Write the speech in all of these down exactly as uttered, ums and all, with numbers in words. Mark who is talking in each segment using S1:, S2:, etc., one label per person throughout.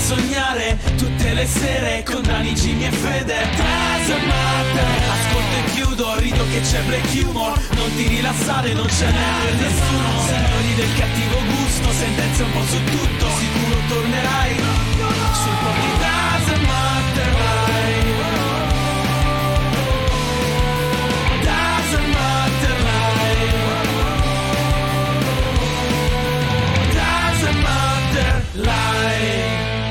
S1: sognare tutte le sere con Dani, Jimmy e Fede. Doesn't matter. Ascolto e chiudo, rido che c'è black humor. Non ti rilassare, non c'è neanche nessuno. Signori del cattivo gusto, sentenze un po' su tutto. Sicuro tornerai sul po' di Doesn't matter mai. Doesn't matter mai. Doesn't matter mai.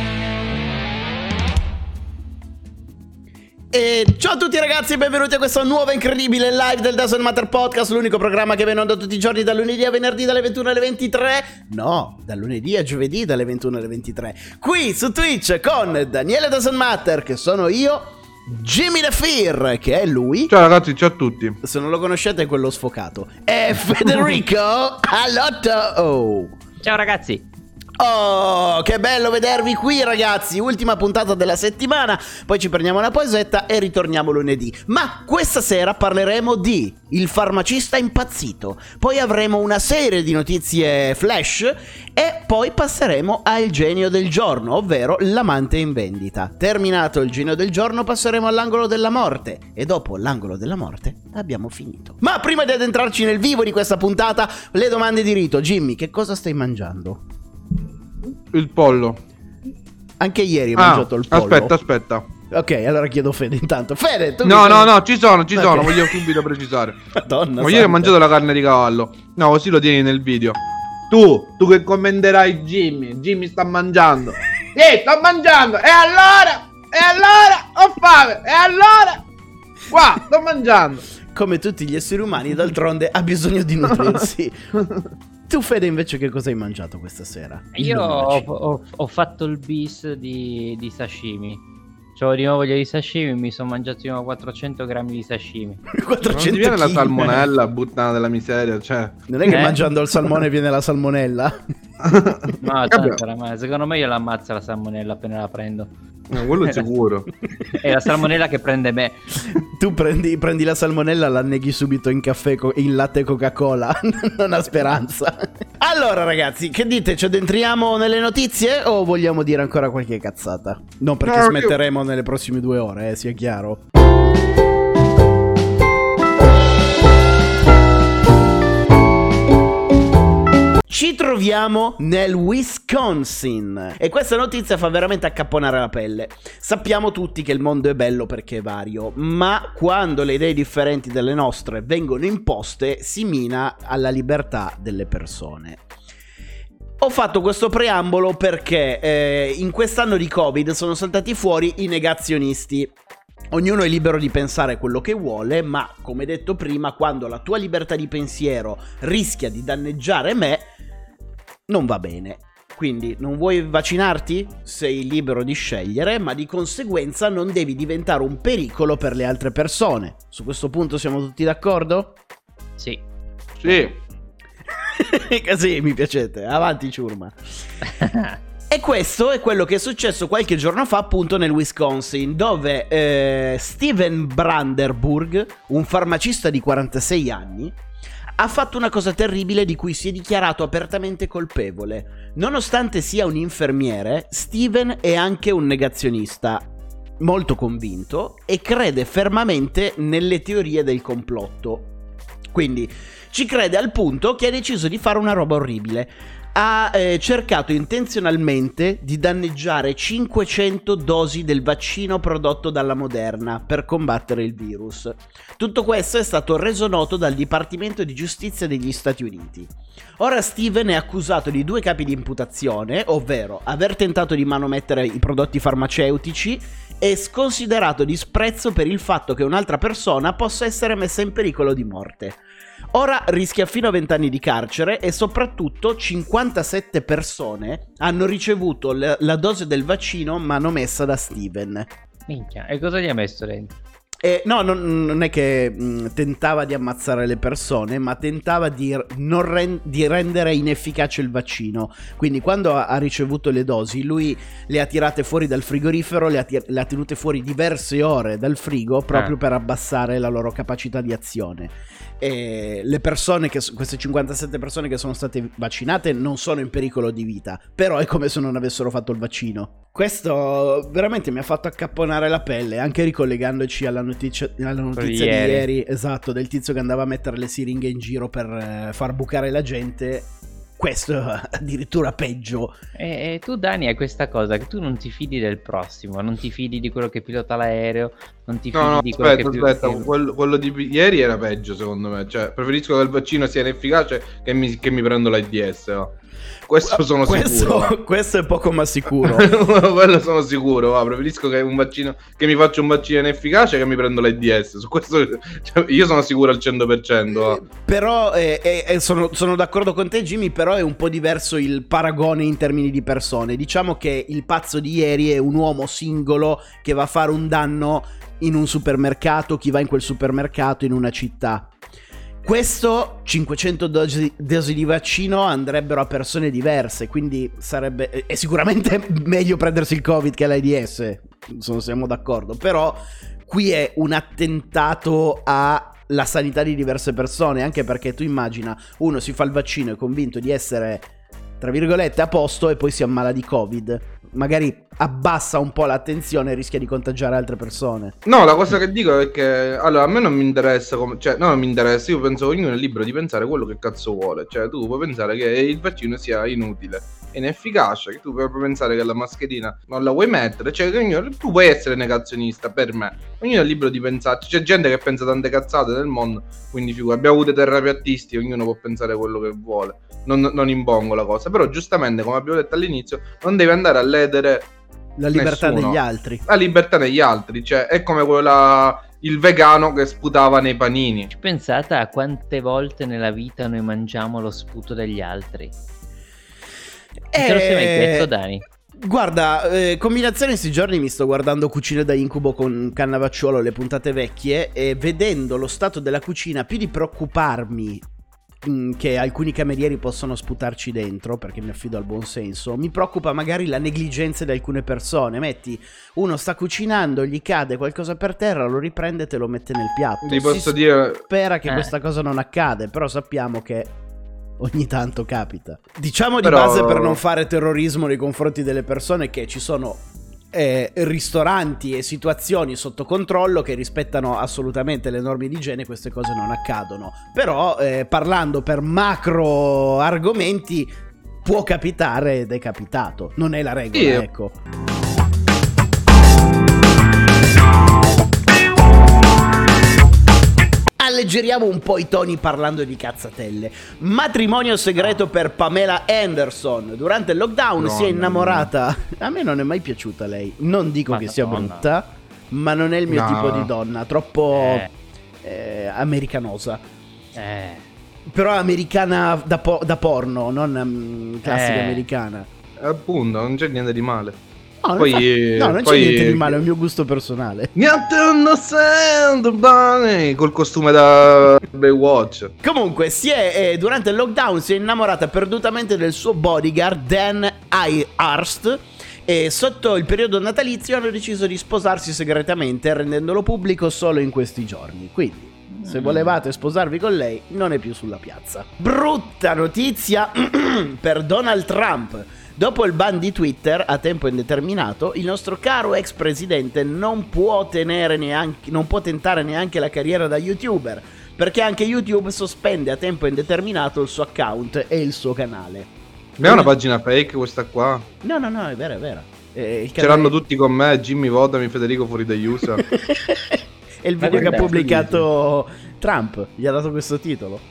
S2: E ciao a tutti ragazzi e benvenuti a questa nuova incredibile live del Doesn't Matter Podcast, l'unico programma che viene onda tutti i giorni dal lunedì a venerdì dalle ventuno alle ventitré. No, dal lunedì a giovedì dalle ventuno alle ventitré. Qui su Twitch con Daniele Doesn't Matter, che sono io, Jimmy The Fear, che è lui.
S3: Ciao ragazzi, ciao a tutti.
S2: Se non lo conoscete è quello sfocato. E Federico Alotto. Oh.
S4: Ciao ragazzi.
S2: Oh, che bello vedervi qui ragazzi, ultima puntata della settimana, poi ci prendiamo una pausetta e ritorniamo lunedì. Ma questa sera parleremo di Il farmacista impazzito, poi avremo una serie di notizie flash e poi passeremo al genio del giorno, ovvero l'amante in vendita. Terminato il genio del giorno passeremo all'angolo della morte e dopo l'angolo della morte abbiamo finito. Ma prima di addentrarci nel vivo di questa puntata, le domande di rito. Jimmy, che cosa stai mangiando?
S3: Il pollo.
S2: Anche ieri ho
S3: ah,
S2: mangiato il pollo.
S3: Aspetta, aspetta.
S2: Ok, allora chiedo Fede intanto. Fede, tu
S3: No,
S2: mi
S3: no,
S2: fai...
S3: no, ci sono, ci
S2: okay.
S3: sono, voglio subito precisare.
S2: Madonna.
S3: Ma ieri ho mangiato la carne di cavallo. No, così lo tieni nel video. Tu, tu che commenterai Jimmy. Jimmy sta mangiando. Sì, sto mangiando. E allora? E allora? Ho fame. E allora? Qua, sto mangiando.
S2: Come tutti gli esseri umani, d'altronde ha bisogno di nutrirsi. Tu Fede invece che cosa hai mangiato questa sera?
S4: Io ho, ho, ho fatto il bis di, di sashimi. C'avevo di nuovo voglia di sashimi, mi sono mangiato di nuovo quattrocento grammi di sashimi.
S2: quattrocento
S3: Non ti viene la
S2: chili.
S3: salmonella, buttana della miseria, cioè.
S2: Non è che
S4: Eh?
S2: mangiando il salmone viene la salmonella?
S4: No, tanto oramai, secondo me io l'ammazza la salmonella appena la prendo.
S3: No, quello è sicuro.
S4: È la salmonella che prende me.
S2: Tu prendi, prendi la salmonella, la neghi subito in caffè, co- in latte Coca-Cola. Non ha speranza. Allora ragazzi, che dite? Ci addentriamo nelle notizie o vogliamo dire ancora qualche cazzata? Non perché
S3: No,
S2: smetteremo io... nelle prossime due ore, eh, sia chiaro. Ci troviamo nel Wisconsin e questa notizia fa veramente accapponare la pelle. Sappiamo tutti che il mondo è bello perché è vario, ma quando le idee differenti delle nostre vengono imposte si mina alla libertà delle persone. Ho fatto questo preambolo perché eh, in quest'anno di Covid sono saltati fuori i negazionisti. Ognuno è libero di pensare quello che vuole, ma come detto prima, quando la tua libertà di pensiero rischia di danneggiare me, non va bene. Quindi non vuoi vaccinarti? Sei libero di scegliere, ma di conseguenza non devi diventare un pericolo per le altre persone. Su questo punto siamo tutti d'accordo?
S4: Sì.
S3: Sì.
S2: Così mi piacete, avanti ciurma. E questo è quello che è successo qualche giorno fa appunto nel Wisconsin, dove eh, Steven Brandenburg, un farmacista di quarantasei anni, ha fatto una cosa terribile di cui si è dichiarato apertamente colpevole. Nonostante sia un infermiere, Steven è anche un negazionista molto convinto e crede fermamente nelle teorie del complotto. Quindi ci crede al punto che ha deciso di fare una roba orribile. Ha eh, cercato intenzionalmente di danneggiare cinquecento dosi del vaccino prodotto dalla Moderna per combattere il virus. Tutto questo è stato reso noto dal Dipartimento di Giustizia degli Stati Uniti. Ora Steven è accusato di due capi di imputazione, ovvero aver tentato di manomettere i prodotti farmaceutici e sconsiderato disprezzo per il fatto che un'altra persona possa essere messa in pericolo di morte. Ora rischia fino a venti anni di carcere e soprattutto cinquantasette persone hanno ricevuto la, la dose del vaccino manomessa da Steven.
S4: Minchia, e cosa gli ha messo dentro?
S2: E no, non, non è che mh, tentava di ammazzare le persone, ma tentava di, non ren- di rendere inefficace il vaccino. Quindi quando ha, ha ricevuto le dosi, lui le ha tirate fuori dal frigorifero, le ha, tir- le ha tenute fuori diverse ore dal frigo proprio
S4: ah.
S2: per abbassare la loro capacità di azione. e le persone che queste cinquantasette persone che sono state vaccinate non sono in pericolo di vita, però è come se non avessero fatto il vaccino. Questo veramente mi ha fatto accapponare la pelle, anche ricollegandoci alla notizia, alla notizia di
S4: ieri.
S2: ieri, esatto, del tizio che andava a mettere le siringhe in giro per eh, far bucare la gente. Questo è addirittura peggio.
S4: E, e tu, Dani, hai questa cosa che tu non ti fidi del prossimo, non ti fidi di quello che pilota l'aereo, non ti fidi
S3: No, no,
S4: di quello
S3: aspetta,
S4: che
S3: aspetta,
S4: pilota...
S3: quello, quello di ieri era peggio secondo me, cioè preferisco che il vaccino sia inefficace che mi, che mi prendo l'AIDS, va. Questo sono
S2: questo,
S3: sicuro. Va.
S2: Questo è poco ma sicuro.
S3: Quello sono sicuro, va. Preferisco che un vaccino che mi faccia un vaccino inefficace che mi prendo l'AIDS. Su questo cioè, io sono sicuro al cento per cento. Va.
S2: Però eh, eh, eh, sono, sono d'accordo con te, Jimmy, però è un po' diverso il paragone in termini di persone. Diciamo che il pazzo di ieri è un uomo singolo che va a fare un danno in un supermercato, chi va in quel supermercato in una città. Questo cinquecento dosi, dosi di vaccino andrebbero a persone diverse, quindi sarebbe è sicuramente meglio prendersi il Covid che l'AIDS, sono, siamo d'accordo, però qui è un attentato alla sanità di diverse persone, anche perché tu immagina, uno si fa il vaccino, è convinto di essere tra virgolette a posto e poi si ammala di Covid, magari abbassa un po' l'attenzione e rischia di contagiare altre persone.
S3: No, la cosa che dico è che allora a me non mi interessa come, cioè no, non mi interessa, io penso che ognuno è libero di pensare quello che cazzo vuole, cioè tu puoi pensare che il vaccino sia inutile, inefficace, che tu puoi pensare che la mascherina non la vuoi mettere, cioè che ognuno, tu puoi essere negazionista, per me ognuno è libero di pensarci, c'è gente che pensa tante cazzate nel mondo, quindi figura, abbiamo avuto terrapiattisti, ognuno può pensare quello che vuole, non, non impongo la cosa, però giustamente come abbiamo detto all'inizio non deve andare a ledere
S2: la libertà
S3: nessuno.
S2: degli altri.
S3: La libertà degli altri, cioè è come quella il vegano che sputava nei panini.
S4: Pensate a quante volte nella vita noi mangiamo lo sputo degli altri.
S2: E...
S4: Te lo sei mai detto, Dani?
S2: Guarda, eh, combinazione questi giorni mi sto guardando Cucine da incubo con Cannavacciuolo, le puntate vecchie, e vedendo lo stato della cucina, più di preoccuparmi mh, che alcuni camerieri possono sputarci dentro, perché mi affido al buon senso, mi preoccupa magari la negligenza di alcune persone. Metti, uno sta cucinando, gli cade qualcosa per terra, lo riprende e te lo mette nel piatto.
S3: Ti posso
S2: si
S3: dire
S2: spera che
S4: Eh.
S2: questa cosa non accade, però sappiamo che ogni tanto capita. Diciamo di
S3: Però-
S2: base, per non fare terrorismo nei confronti delle persone, che ci sono eh, ristoranti e situazioni sotto controllo che rispettano assolutamente le norme di igiene, queste cose non accadono. Però eh, parlando per macro argomenti può capitare ed è capitato, non è la regola,
S3: Sì.
S2: ecco. Alleggeriamo un po' i toni parlando di cazzatelle. Matrimonio segreto per Pamela Anderson. Durante il lockdown
S3: Madonna
S2: si è innamorata. A me non è mai piaciuta lei. Non dico
S4: Ma
S2: che sia
S4: Madonna.
S2: brutta, ma non è il mio
S3: No.
S2: tipo di donna. Troppo
S4: Eh.
S2: eh, americanosa.
S4: Eh.
S2: Però americana da, po- da porno, non mm, classica
S4: Eh.
S2: americana.
S3: appunto, non c'è niente di male.
S2: No,
S3: Poi-
S2: infatti- no, non
S3: poi-
S2: c'è niente di male, è un mio gusto personale.
S3: Niente non sento bene col costume da Baywatch.
S2: Comunque, si è, eh, durante il lockdown si è innamorata perdutamente del suo bodyguard Dan Arst, e sotto il periodo natalizio hanno deciso di sposarsi segretamente, rendendolo pubblico solo in questi giorni. Quindi, se volevate sposarvi con lei, non è più sulla piazza. Brutta notizia per Donald Trump. Dopo il ban di Twitter a tempo indeterminato, il nostro caro ex presidente non può tenere neanche, non può tentare neanche la carriera da YouTuber, perché anche YouTube sospende a tempo indeterminato il suo account e il suo canale.
S3: Ma è una pagina fake questa qua.
S2: No, no, no, è vera, è vera. Eh, il
S3: Ce
S2: canale-
S3: l'hanno tutti con me, Jimmy votami, Federico fuori dagli U S A.
S2: È il
S4: Ma
S2: video che ha
S4: guarda,
S2: pubblicato Trump, gli ha dato questo titolo.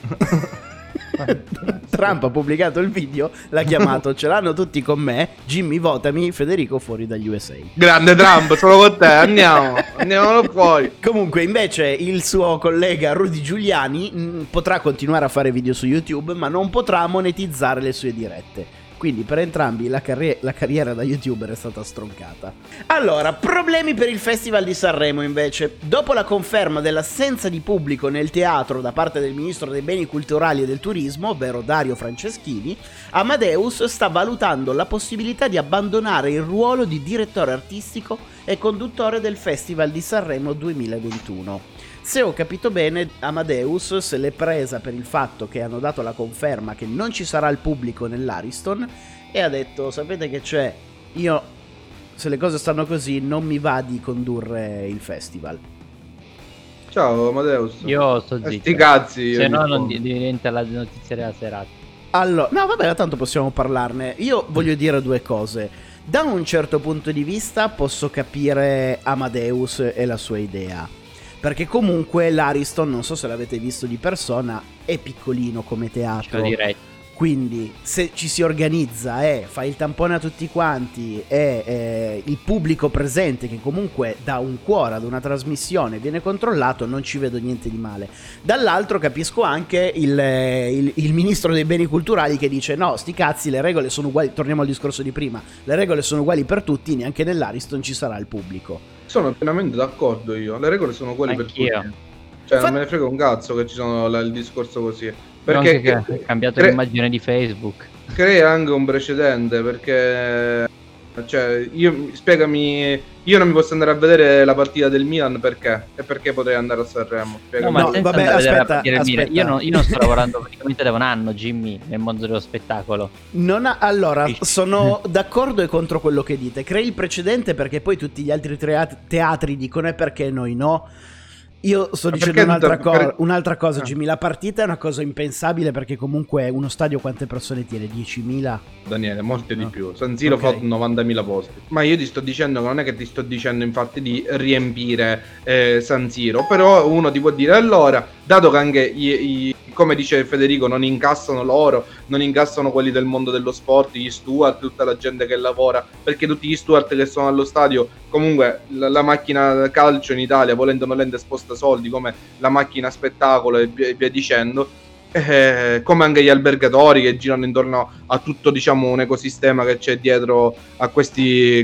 S2: Trump ha pubblicato il video, l'ha chiamato "Ce l'hanno tutti con me, Jimmy votami, Federico fuori dagli U S A".
S3: Grande Trump, sono con te, andiamo, andiamo fuori.
S2: Comunque, invece, il suo collega Rudy Giuliani mh, potrà continuare a fare video su YouTube, ma non potrà monetizzare le sue dirette. Quindi per entrambi la, carri- la carriera da YouTuber è stata stroncata. Allora, problemi per il Festival di Sanremo invece. Dopo la conferma dell'assenza di pubblico nel teatro da parte del ministro dei beni culturali e del turismo, ovvero Dario Franceschini, Amadeus sta valutando la possibilità di abbandonare il ruolo di direttore artistico e conduttore del Festival di Sanremo duemilaventuno. Se ho capito bene, Amadeus se l'è presa per il fatto che hanno dato la conferma che non ci sarà il pubblico nell'Ariston e ha detto: sapete che c'è, io se le cose stanno così non mi va di condurre il festival.
S3: Ciao Amadeus.
S4: Io sto
S3: Eh,
S4: zitto.
S3: sti cazzi.
S4: Se
S3: io
S4: no
S3: rispondo.
S4: non di- diventa la notizia della serata.
S2: Allora, no vabbè, tanto possiamo parlarne. Io voglio dire due cose. Da un certo punto di vista posso capire Amadeus e la sua idea, perché comunque l'Ariston, non so se l'avete visto di persona, è piccolino come teatro.
S4: Cioè, direi.
S2: Quindi se ci si organizza e fa il tampone a tutti quanti e eh, il pubblico presente che comunque dà un cuore ad una trasmissione viene controllato, non ci vedo niente di male. Dall'altro capisco anche il, il, il ministro dei beni culturali che dice: no, sti cazzi, le regole sono uguali, torniamo al discorso di prima, le regole sono uguali per tutti, neanche nell'Ariston ci sarà il pubblico.
S3: Sono pienamente d'accordo io. Le regole sono quelle per
S4: Anch'io.
S3: tutti. Cioè,
S2: Fa-
S3: non me ne frega un cazzo che ci sono la- il discorso così.
S4: Perché
S3: Perché
S4: che è cambiato
S3: cre-
S4: l'immagine di Facebook.
S3: crea anche un precedente. Perché, cioè, io spiegami, io non mi posso andare a vedere la partita del Milan perché? E perché potrei andare a Sanremo?
S4: No,
S3: Spiegami.
S4: ma
S2: No,
S4: senza
S2: vabbè,
S4: andare a vedere la
S2: aspetta,
S4: partita del Milan.
S2: aspetta.
S4: Io non, io non sto lavorando praticamente da un anno, Jimmy, nel mondo dello spettacolo.
S2: Non ha- allora,
S4: Sì.
S2: sono d'accordo e contro quello che dite. Crei il precedente perché poi tutti gli altri teat- teatri dicono e perché noi no. Io sto
S3: Ma
S2: dicendo
S3: perché
S2: un'altra,
S3: tutta-
S2: co-
S3: per-
S2: un'altra cosa,
S3: Ah.
S2: Jimmy. La partita è una cosa impensabile perché comunque uno stadio quante persone tiene? diecimila?
S3: Daniele, molte di
S2: No.
S3: più. San Siro
S2: Ok.
S3: fa novantamila posti. Ma io ti sto dicendo che non è che ti sto dicendo infatti di riempire eh, San Siro. Però uno ti può dire allora, dato che anche i, i- come dice Federico, non incassano loro, non incassano quelli del mondo dello sport, gli steward, tutta la gente che lavora, perché tutti gli steward che sono allo stadio, comunque la, la macchina calcio in Italia, volendo o nolente, sposta soldi come la macchina spettacolo e via, e via dicendo. Eh, come anche gli albergatori che girano intorno a tutto, diciamo, un ecosistema che c'è dietro a questi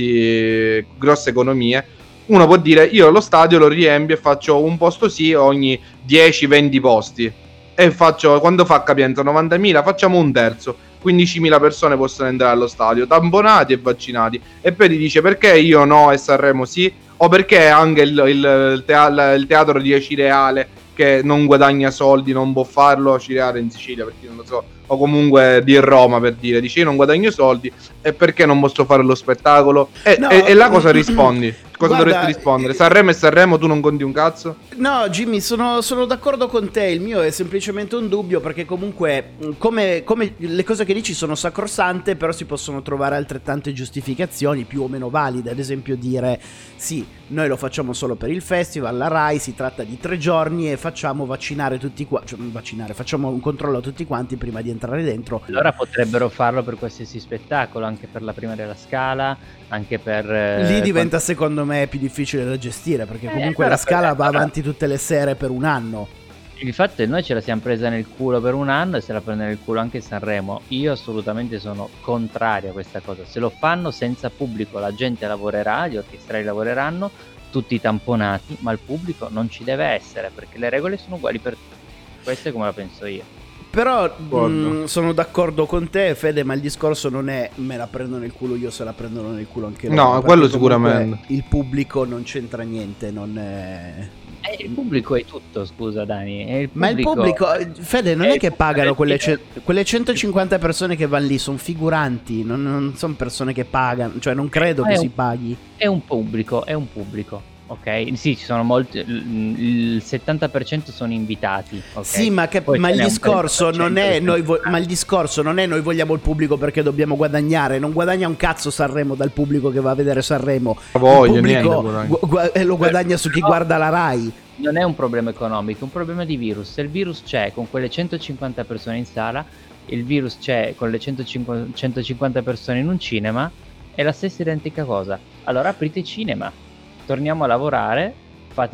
S3: grossi grosse economie. Uno può dire: io lo stadio lo riempio e faccio un posto sì ogni dieci venti posti, e faccio, quando fa capienza novantamila, facciamo un terzo, quindicimila persone possono entrare allo stadio, tamponati e vaccinati. E poi ti dice: perché io no e Sanremo sì? O perché anche il, il, il, tea- il teatro di Cireale, che non guadagna soldi, non può farlo? Cireale in Sicilia, perché non lo so, o comunque di Roma, per dire, dice: io non guadagno soldi e perché non posso fare lo spettacolo? E,
S2: No.
S3: e, e là cosa rispondi? Cosa
S2: Guarda,
S3: dovresti rispondere? Sanremo e Sanremo, tu non conti un cazzo?
S2: No, Jimmy, sono, sono d'accordo con te. Il mio è semplicemente un dubbio perché comunque mh, come, come le cose che dici sono sacrosante, però si possono trovare altrettante giustificazioni più o meno valide. Ad esempio dire: sì, noi lo facciamo solo per il festival, la Rai, si tratta di tre giorni e facciamo vaccinare tutti qua, cioè vaccinare, facciamo un controllo a tutti quanti prima di entrare dentro.
S4: Allora potrebbero farlo per qualsiasi spettacolo, anche per la prima della Scala, anche per... eh,
S2: Lì diventa
S4: quando-
S2: secondo me più difficile da gestire perché
S4: Eh,
S2: comunque
S4: allora,
S2: la Scala va
S4: allora-
S2: avanti tutte le sere per un anno.
S4: Il fatto è che noi ce la siamo presa nel culo per un anno e se la prende nel culo anche Sanremo. Io assolutamente sono contrario a questa cosa. Se lo fanno senza pubblico, la gente lavorerà, gli orchestrali lavoreranno, tutti tamponati, ma il pubblico non ci deve essere perché le regole sono uguali per tutti. Questa è come la penso io.
S2: Però
S3: D'accordo.
S2: mh, sono d'accordo con te, Fede, ma il discorso non è me la prendo nel culo io se la prendono nel culo anche loro.
S3: No,
S2: perché
S3: quello
S2: comunque
S3: sicuramente.
S2: Il pubblico non c'entra niente, non è...
S4: Eh, il pubblico è tutto, scusa Dani. È il
S2: Ma il
S4: pubblico-
S2: pubblico, Fede, non
S4: è
S2: è che
S4: il
S2: pagano
S4: pubblico
S2: quelle,
S4: del
S2: ce- quelle centocinquanta persone che vanno lì, sono figuranti, non, non sono persone che pagano, cioè non credo
S4: Ma
S2: che
S4: è
S2: si
S4: un-
S2: paghi.
S4: È un pubblico, è un pubblico, ok? Sì, ci sono molti, il il settanta per cento sono invitati, ok?
S2: Sì, ma, che-
S4: Poi
S2: ma
S4: ce
S2: il
S4: n'è un
S2: discorso
S4: trenta per
S2: non
S4: cento
S2: è
S4: che
S2: noi
S4: sono
S2: vo- ma il discorso non è noi vogliamo il pubblico perché dobbiamo guadagnare, non guadagna un cazzo Sanremo dal pubblico che va a vedere Sanremo.
S3: Voglio,
S2: Il
S3: niente,
S2: pubblico
S3: guadagna.
S2: gu- gu- eh, lo guadagna su chi
S4: no.
S2: guarda la Rai.
S4: Non è un problema economico, è un problema di virus. Se il virus c'è con quelle centocinquanta persone in sala, il virus c'è con le centocinquanta centocinquanta persone in un cinema, è la stessa identica cosa. Allora aprite cinema, torniamo a lavorare, fate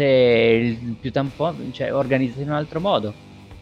S4: il più tampone, cioè organizzate in un altro modo.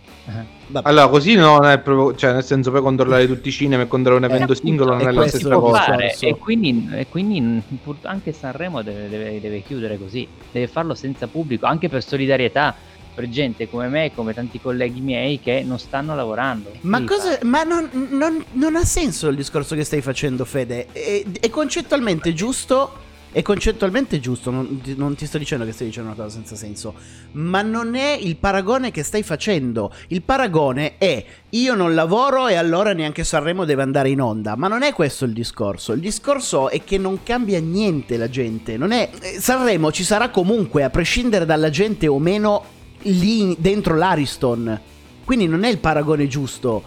S2: Vabbè.
S3: Allora, così no, non è proprio, cioè, nel senso, per controllare tutti i cinema e controllare un evento
S4: Eh,
S3: singolo non
S2: e
S3: è la
S2: questo
S3: stessa
S2: è il
S3: cosa.
S2: discorso.
S4: Fare, e quindi, e quindi pur- anche Sanremo deve, deve- deve chiudere così, deve farlo senza pubblico, anche per solidarietà, per gente come me, come tanti colleghi miei che non stanno lavorando.
S2: Ma,
S4: Devi
S2: cosa,
S4: fare.
S2: ma non, non- non ha senso il discorso che stai facendo, Fede. È, è concettualmente giusto è concettualmente giusto, non ti, non ti sto dicendo che stai dicendo una cosa senza senso, ma non è il paragone che stai facendo. Il paragone è: io non lavoro e allora neanche Sanremo deve andare in onda. Ma non è questo il discorso. Il discorso è che non cambia niente la gente. Non è Sanremo ci sarà comunque, a prescindere dalla gente o meno, lì dentro l'Ariston. Quindi non è il paragone giusto.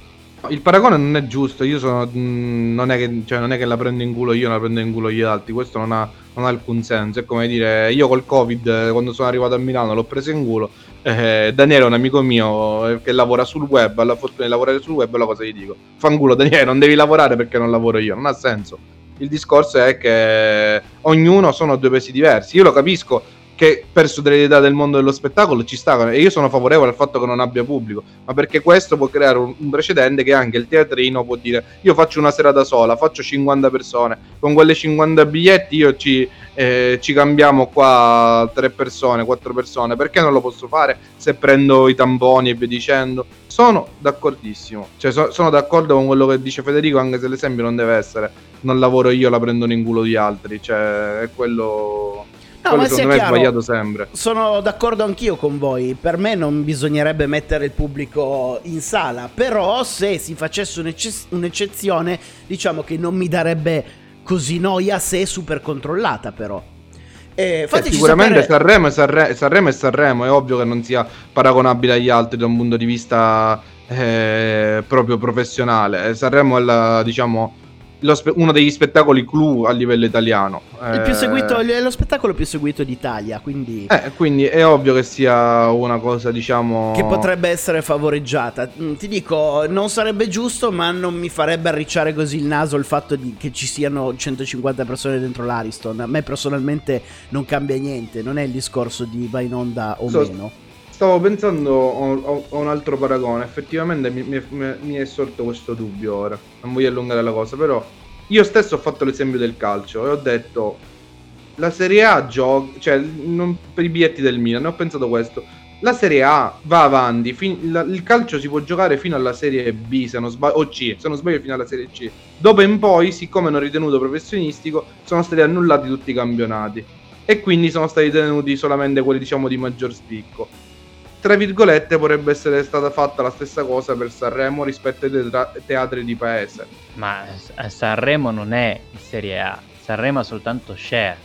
S3: Il paragone non è giusto, io sono mh, non, è che, cioè, non è che la prendo in culo io, non la prendo in culo gli altri, questo non ha, non ha alcun senso. È come dire, io col Covid, eh, quando sono arrivato a Milano l'ho preso in culo, eh, Daniele è un amico mio eh, che lavora sul web, ha la fortuna di lavorare sul web, la cosa gli dico: fanculo Daniele, non devi lavorare perché non lavoro io, non ha senso. Il discorso è che ognuno sono due pesi diversi, io lo capisco che per solidarietà del mondo dello spettacolo ci sta, e io sono favorevole al fatto che non abbia pubblico, ma perché questo può creare un, un precedente che anche il teatrino può dire: io faccio una serata sola, faccio cinquanta persone, con quelle cinquanta biglietti io ci, eh, ci cambiamo qua tre persone, quattro persone, perché non lo posso fare se prendo i tamponi e via dicendo. Sono d'accordissimo, cioè so, sono d'accordo con quello che dice Federico, anche se l'esempio non deve essere non lavoro io, la prendono in culo gli altri, cioè è quello...
S2: No, ma
S3: secondo me è sbagliato sempre.
S2: Sono d'accordo anch'io con voi. Per me non bisognerebbe mettere il pubblico in sala, però se si facesse un'ecce- un'eccezione, diciamo che non mi darebbe così noia se è super controllata, però. Eh,
S3: eh, sicuramente sapere... Sanremo, è Sanre- Sanremo è Sanremo, è ovvio che non sia paragonabile agli altri da un punto di vista eh, proprio professionale. Sanremo è la, diciamo... Lo spe- uno degli spettacoli clou a livello italiano,
S2: il più seguito, è lo spettacolo più seguito d'Italia, quindi
S3: eh, quindi è ovvio che sia una cosa, diciamo,
S2: che potrebbe essere favoreggiata. Ti dico, non sarebbe giusto, ma non mi farebbe arricciare così il naso il fatto di che ci siano centocinquanta persone dentro l'Ariston. A me personalmente non cambia niente, non è il discorso di vai in onda o
S3: so,
S2: meno.
S3: Stavo pensando a un altro paragone, effettivamente mi, mi, mi è sorto questo dubbio ora, non voglio allungare la cosa, però io stesso ho fatto l'esempio del calcio e ho detto: la Serie A gioca, cioè non, per i biglietti del Milan, ho pensato questo, la Serie A va avanti, fin, la, il calcio si può giocare fino alla Serie B, se non sbaglio, o C, se non sbaglio fino alla Serie C, dopo in poi, siccome hanno ritenuto professionistico, sono stati annullati tutti i campionati e quindi sono stati tenuti solamente quelli, diciamo, di maggior spicco. Tra virgolette potrebbe essere stata fatta la stessa cosa per Sanremo rispetto ai tetra- teatri di paese.
S4: Ma Sanremo non è in Serie A, Sanremo ha soltanto share.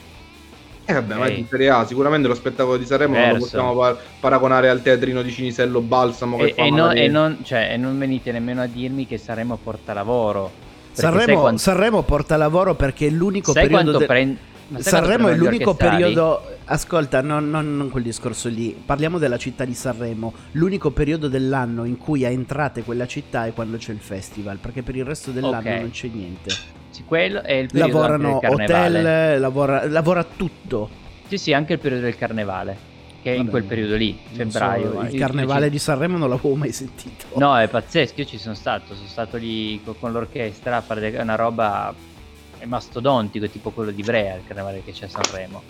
S3: Eh vabbè,
S4: okay.
S3: Ma è in Serie A, sicuramente lo spettacolo di Sanremo non lo possiamo par- paragonare al teatrino di Cinisello Balsamo che
S4: e,
S3: fa
S4: e,
S3: magari...
S4: non, e, non, cioè, e non venite nemmeno a dirmi che Sanremo porta lavoro.
S2: Sanremo,
S4: quanto...
S2: Sanremo porta lavoro perché è l'unico
S4: sai
S2: periodo...
S4: quanto
S2: de-
S4: prend...
S2: Sanremo è l'unico periodo. Ascolta, non, non, non quel discorso lì. Parliamo della città di Sanremo. L'unico periodo dell'anno in cui ha entrate quella città è quando c'è il festival, perché per il resto dell'anno
S4: okay.
S2: non c'è niente.
S4: Sì, quello è il periodo.
S2: Lavorano
S4: del carnevale.
S2: hotel, lavora, lavora tutto.
S4: Sì, sì, anche il periodo del carnevale, che è
S2: Vabbè,
S4: in quel periodo lì, febbraio.
S2: So, il
S4: io,
S2: carnevale
S4: io ci...
S2: di Sanremo non l'avevo mai sentito.
S4: No, è pazzesco, io ci sono stato, sono stato lì con, con l'orchestra a fare una roba mastodontico, tipo quello di Ivrea, il carnevale che c'è a Sanremo,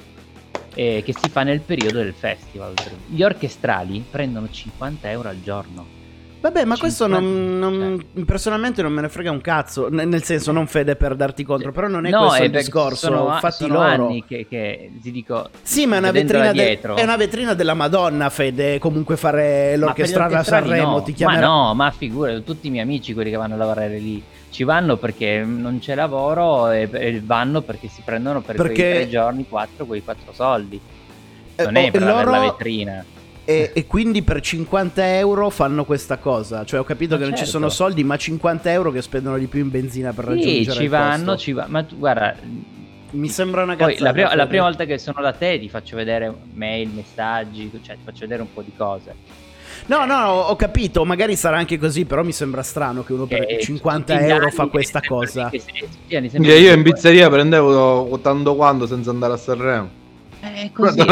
S4: e che si fa nel periodo del festival. Gli orchestrali prendono cinquanta euro al giorno.
S2: Vabbè, ma questo non, non,
S4: cioè.
S2: personalmente non me ne frega un cazzo. N- nel senso, non Fede per darti contro, però non è
S4: no,
S2: questo
S4: è
S2: il discorso.
S4: Sono,
S2: Fatti
S4: sono
S2: loro.
S4: anni che, che ti dico.
S2: Sì, ma è una, vetrina de- è una vetrina della Madonna, Fede. Comunque fare l'orchestrale a Sanremo
S4: no.
S2: ti chiamerà.
S4: Ma no, ma figurati, tutti i miei amici, quelli che vanno a lavorare lì, ci vanno perché non c'è lavoro e, e vanno perché si prendono per
S2: perché...
S4: quei tre giorni, quattro, quei quattro soldi. Non
S2: eh,
S4: è per
S2: loro...
S4: avere la vetrina.
S2: E, e quindi per cinquanta euro fanno questa cosa. Cioè ho capito
S4: ma
S2: che
S4: certo.
S2: non ci sono soldi, ma cinquanta euro che spendono di più in benzina per
S4: sì,
S2: raggiungere
S4: ci
S2: il
S4: vanno,
S2: posto.
S4: ci va. Ma tu, guarda,
S2: mi sembra una
S4: poi
S2: cazzata.
S4: la prima, la prima volta che sono da te ti faccio vedere mail, messaggi, cioè ti faccio vedere un po' di cose.
S2: No, no, ho capito, magari sarà anche così, però mi sembra strano che uno per
S4: che
S2: cinquanta euro fa questa cosa.
S4: Che se, che
S3: io in poi... pizzeria prendevo tanto quando senza andare a Sanremo.
S4: È così,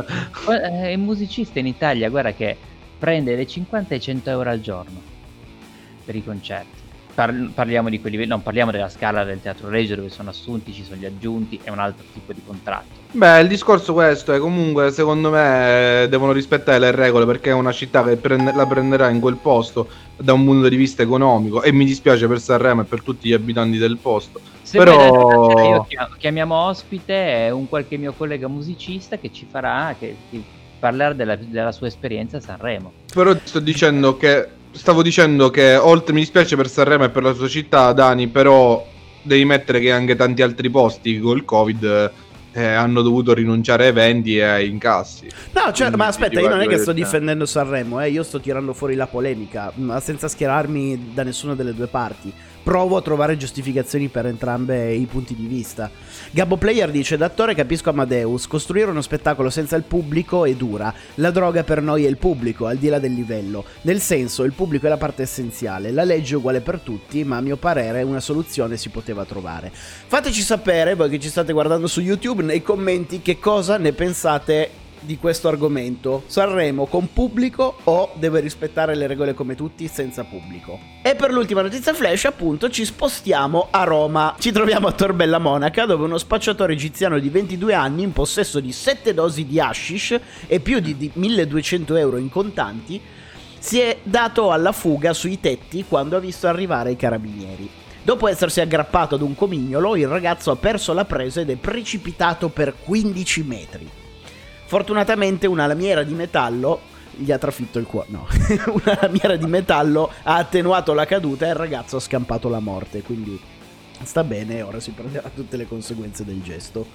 S4: eh. Il musicista in Italia, guarda che prende le cinquanta e cento euro al giorno per i concerti. Par- parliamo di quelli, non parliamo della scala del Teatro Regio dove sono assunti, ci sono gli aggiunti, è un altro tipo di contratto.
S3: Beh, il discorso questo è comunque, secondo me, devono rispettare le regole, perché è una città che prende- la prenderà in quel posto da un punto di vista economico, e mi dispiace per Sanremo e per tutti gli abitanti del posto.
S4: Se
S3: Però
S4: vuoi, io chiamo, chiamiamo ospite un qualche mio collega musicista che ci farà che, che parlare della, della sua esperienza a Sanremo.
S3: Però ti sto dicendo che stavo dicendo che oltre, mi dispiace per Sanremo e per la sua città, Dani, però devi mettere che anche tanti altri posti col Covid eh, hanno dovuto rinunciare a eventi e a incassi.
S2: No, cioè,
S3: Quindi
S2: ma aspetta,
S3: ti
S2: io non è che sto
S3: verità.
S2: difendendo Sanremo, eh, io sto tirando fuori la polemica, ma senza schierarmi da nessuna delle due parti. Provo a trovare giustificazioni per entrambe i punti di vista. Gabbo Player dice: da attore capisco Amadeus, costruire uno spettacolo senza il pubblico è dura. La droga per noi è il pubblico, al di là del livello. Nel senso, il pubblico è la parte essenziale. La legge è uguale per tutti, ma a mio parere una soluzione si poteva trovare. Fateci sapere, voi che ci state guardando su YouTube, nei commenti che cosa ne pensate di questo argomento. Sanremo con pubblico o deve rispettare le regole come tutti senza pubblico? E per l'ultima notizia flash, appunto, ci spostiamo a Roma. Ci troviamo a Tor Bella Monaca, dove uno spacciatore egiziano di ventidue anni, in possesso di sette dosi di hashish e più di, di milleduecento euro in contanti, si è dato alla fuga sui tetti quando ha visto arrivare i carabinieri. Dopo essersi aggrappato ad un comignolo, il ragazzo ha perso la presa ed è precipitato per quindici metri. Fortunatamente una lamiera di metallo gli ha trafitto il cuore. No, una lamiera di metallo ha attenuato la caduta e il ragazzo ha scampato la morte. Quindi sta bene, ora si prenderà tutte le conseguenze del gesto.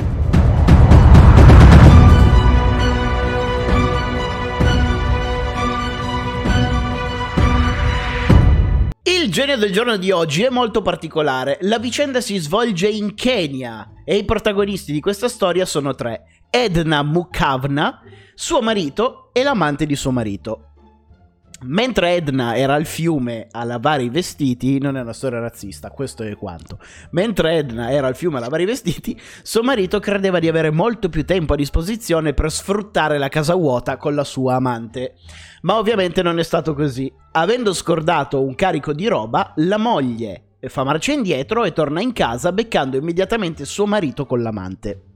S2: Il genio del giorno di oggi è molto particolare. La vicenda si svolge in Kenya e i protagonisti di questa storia sono tre: Edna Mukavna, suo marito e l'amante di suo marito. Mentre Edna era al fiume a lavare i vestiti, non è una storia razzista, questo è quanto. Mentre Edna era al fiume a lavare i vestiti, suo marito credeva di avere molto più tempo a disposizione per sfruttare la casa vuota con la sua amante. Ma ovviamente non è stato così. Avendo scordato un carico di roba, la moglie fa marcia indietro e torna in casa beccando immediatamente suo marito con l'amante.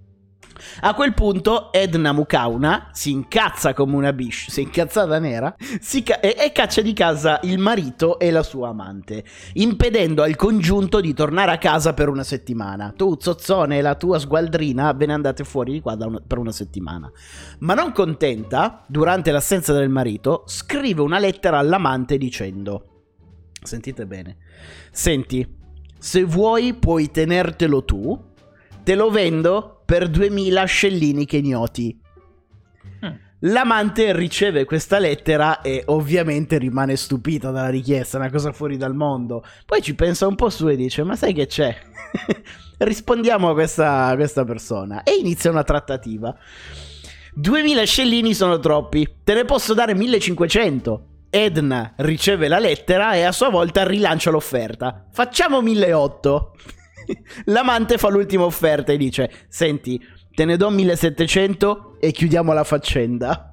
S2: A quel punto Edna Mukavna si incazza come una bish, si è incazzata nera, si ca- e-, e caccia di casa il marito e la sua amante, impedendo al congiunto di tornare a casa per una settimana. Tu, zozzone, e la tua sgualdrina ve ne andate fuori di qua da una- per una settimana. Ma non contenta, durante l'assenza del marito, scrive una lettera all'amante dicendo: sentite bene, senti, se vuoi puoi tenertelo tu, te lo vendo per duemila scellini kenyoti. Mm. L'amante riceve questa lettera e ovviamente rimane stupita dalla richiesta, una cosa fuori dal mondo. Poi ci pensa un po' su e dice: ma sai che c'è? Rispondiamo a questa, a questa persona. E inizia una trattativa. duemila scellini sono troppi, te ne posso dare millecinquecento. Edna riceve la lettera e a sua volta rilancia l'offerta. Facciamo milleottocento. L'amante fa l'ultima offerta e dice: senti, te ne do millesettecento e chiudiamo la faccenda.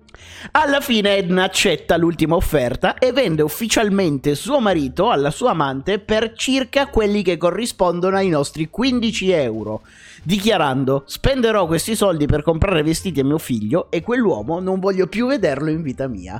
S2: Alla fine Edna accetta l'ultima offerta e vende ufficialmente suo marito alla sua amante per circa quelli che corrispondono ai nostri quindici euro, dichiarando: spenderò questi soldi per comprare vestiti a mio figlio e quell'uomo non voglio più vederlo in vita mia.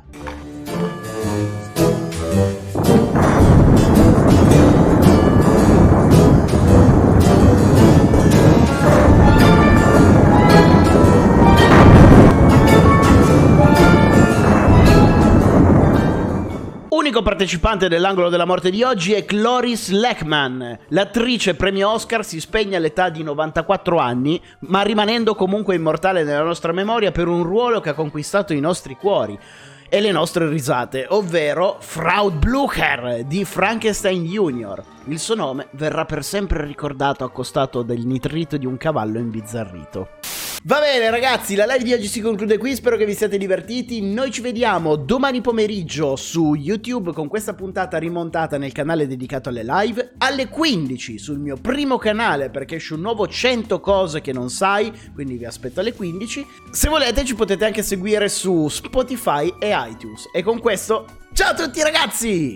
S2: L'unico partecipante dell'angolo della morte di oggi è Cloris Leckman. L'attrice premio Oscar si spegne all'età di novantaquattro anni, ma rimanendo comunque immortale nella nostra memoria per un ruolo che ha conquistato i nostri cuori e le nostre risate, ovvero Frau Blucher di Frankenstein Junior. Il suo nome verrà per sempre ricordato a costato del nitrito di un cavallo imbizzarrito. Va bene ragazzi, la live di oggi si conclude qui, spero che vi siate divertiti. Noi ci vediamo domani pomeriggio su YouTube con questa puntata rimontata nel canale dedicato alle live, alle quindici sul mio primo canale perché esce un nuovo cento cose che non sai, quindi vi aspetto alle quindici. Se volete ci potete anche seguire su Spotify e iTunes. E con questo, ciao a tutti ragazzi!